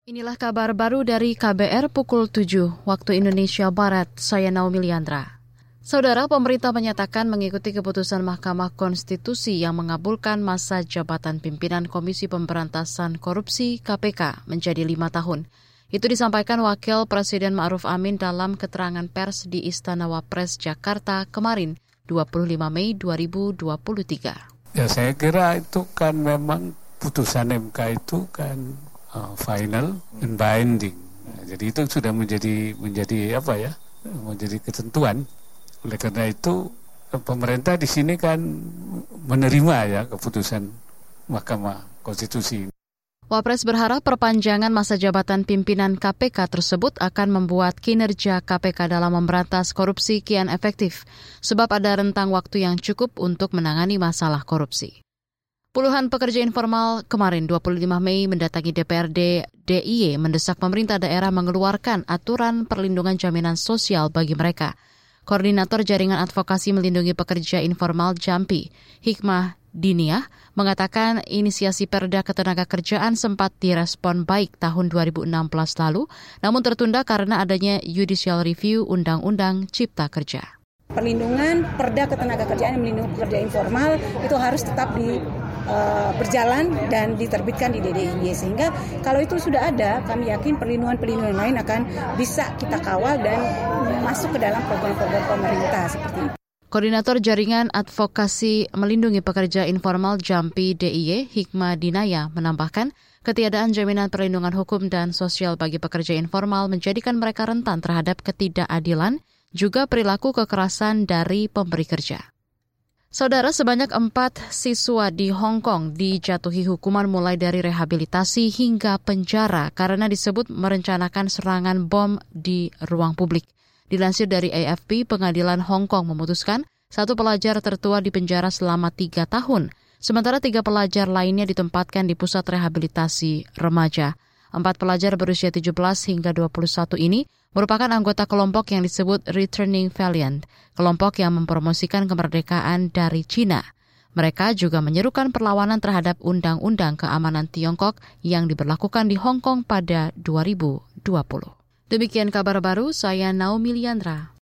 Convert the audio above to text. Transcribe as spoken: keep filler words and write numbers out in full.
Inilah kabar baru dari K B R pukul tujuh waktu Indonesia Barat. Saya Naomi Liandra. Saudara, pemerintah menyatakan mengikuti keputusan Mahkamah Konstitusi yang mengabulkan masa jabatan pimpinan Komisi Pemberantasan Korupsi K P K menjadi lima tahun. Itu disampaikan Wakil Presiden Ma'ruf Amin dalam keterangan pers di Istana Wapres Jakarta kemarin, dua puluh lima Mei dua ribu dua puluh tiga. Ya, saya kira itu kan memang putusan M K itu kan Uh, final and binding. Nah, jadi itu sudah menjadi menjadi apa ya? Menjadi ketentuan. Oleh karena itu pemerintah di sini kan menerima ya keputusan Mahkamah Konstitusi. Wapres berharap perpanjangan masa jabatan pimpinan K P K tersebut akan membuat kinerja K P K dalam memberantas korupsi kian efektif, sebab ada rentang waktu yang cukup untuk menangani masalah korupsi. Puluhan pekerja informal kemarin dua puluh lima Mei mendatangi D P R D D I Y mendesak pemerintah daerah mengeluarkan aturan perlindungan jaminan sosial bagi mereka. Koordinator Jaringan Advokasi Melindungi Pekerja Informal Jampi, Hikmah Diniah, mengatakan inisiasi Perda Ketenagakerjaan sempat direspon baik tahun dua ribu enam belas lalu, namun tertunda karena adanya judicial review Undang-Undang Cipta Kerja. Perlindungan Perda Ketenagakerjaan yang melindungi pekerja informal itu harus tetap di Uh, berjalan dan diterbitkan di D D I Y, sehingga kalau itu sudah ada, kami yakin perlindungan-perlindungan lain akan bisa kita kawal dan masuk ke dalam program-program pemerintah seperti itu. Koordinator Jaringan Advokasi Melindungi Pekerja Informal Jampi D I Y, Hikmah Dinaya, menambahkan ketiadaan jaminan perlindungan hukum dan sosial bagi pekerja informal menjadikan mereka rentan terhadap ketidakadilan, juga perilaku kekerasan dari pemberi kerja. Saudara, sebanyak empat siswa di Hong Kong dijatuhi hukuman mulai dari rehabilitasi hingga penjara karena disebut merencanakan serangan bom di ruang publik. Dilansir dari A F P, Pengadilan Hong Kong memutuskan satu pelajar tertua dipenjara selama tiga tahun, sementara tiga pelajar lainnya ditempatkan di pusat rehabilitasi remaja. Empat pelajar berusia tujuh belas hingga dua puluh satu ini merupakan anggota kelompok yang disebut Returning Valiant, kelompok yang mempromosikan kemerdekaan dari Cina. Mereka juga menyerukan perlawanan terhadap Undang-Undang Keamanan Tiongkok yang diberlakukan di Hong Kong pada dua ribu dua puluh. Demikian kabar baru, saya Naomi Liandra.